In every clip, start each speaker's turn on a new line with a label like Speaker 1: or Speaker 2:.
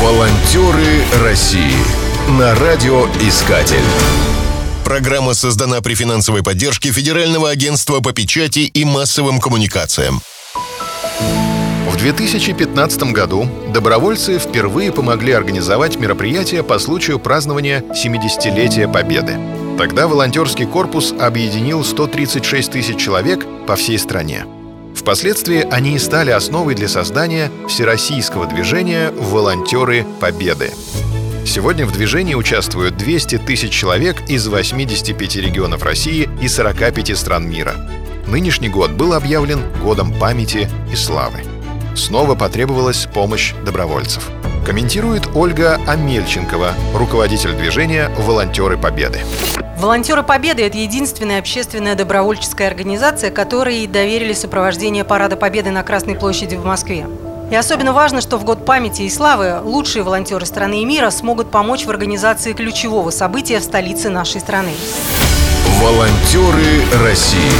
Speaker 1: Волонтеры России на радиоискатель. Программа создана при финансовой поддержке Федерального агентства по печати и массовым коммуникациям.
Speaker 2: В 2015 году добровольцы впервые помогли организовать мероприятие по случаю празднования 70-летия Победы. Тогда волонтерский корпус объединил 136 тысяч человек по всей стране. Впоследствии они и стали основой для создания всероссийского движения «Волонтеры Победы». Сегодня в движении участвуют 200 тысяч человек из 85 регионов России и 45 стран мира. Нынешний год был объявлен годом памяти и славы. Снова потребовалась помощь добровольцев. Комментирует Ольга Амельченкова, руководитель движения «Волонтеры Победы».
Speaker 3: «Волонтеры Победы» — это единственная общественная добровольческая организация, которой доверили сопровождение Парада Победы на Красной площади в Москве. И особенно важно, что в год памяти и славы лучшие волонтеры страны и мира смогут помочь в организации ключевого события в столице нашей страны.
Speaker 1: Волонтеры России.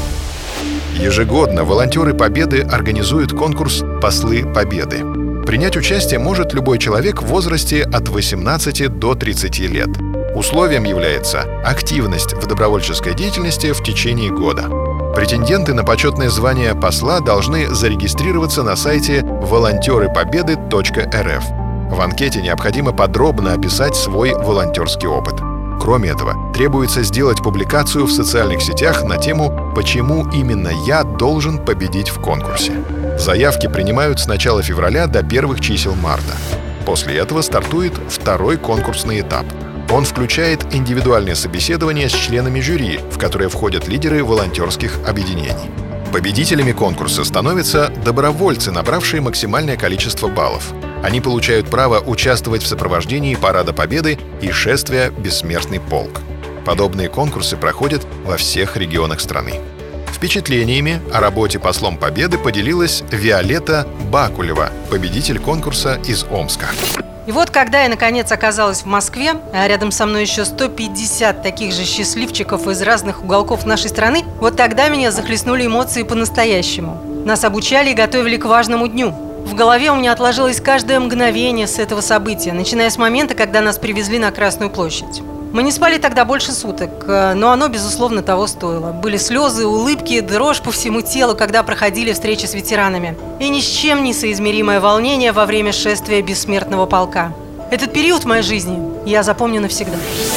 Speaker 2: Ежегодно волонтеры Победы организуют конкурс «Послы Победы». Принять участие может любой человек в возрасте от 18 до 30 лет. Условием является активность в добровольческой деятельности в течение года. Претенденты на почетное звание посла должны зарегистрироваться на сайте волонтерыпобеды.рф. В анкете необходимо подробно описать свой волонтерский опыт. Кроме этого, требуется сделать публикацию в социальных сетях на тему «Почему именно я должен победить в конкурсе?». Заявки принимают с начала февраля до первых чисел марта. После этого стартует второй конкурсный этап. Он включает индивидуальное собеседование с членами жюри, в которое входят лидеры волонтерских объединений. Победителями конкурса становятся добровольцы, набравшие максимальное количество баллов. Они получают право участвовать в сопровождении Парада Победы и шествия «Бессмертный полк». Подобные конкурсы проходят во всех регионах страны. Впечатлениями о работе послом Победы поделилась Виолетта Бакулева, победитель конкурса из Омска.
Speaker 3: И вот, когда я, наконец, оказалась в Москве, а рядом со мной еще 150 таких же счастливчиков из разных уголков нашей страны, вот тогда меня захлестнули эмоции по-настоящему. Нас обучали и готовили к важному дню. В голове у меня отложилось каждое мгновение с этого события, начиная с момента, когда нас привезли на Красную площадь. Мы не спали тогда больше суток, но оно, безусловно, того стоило. Были слезы, улыбки, дрожь по всему телу, когда проходили встречи с ветеранами. И ни с чем не соизмеримое волнение во время шествия Бессмертного полка. Этот период в моей жизни я запомню навсегда.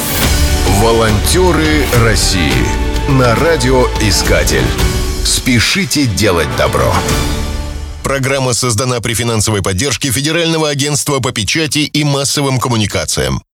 Speaker 1: Волонтеры России на радиоискатель. Спешите делать добро. Программа создана при финансовой поддержке Федерального агентства по печати и массовым коммуникациям.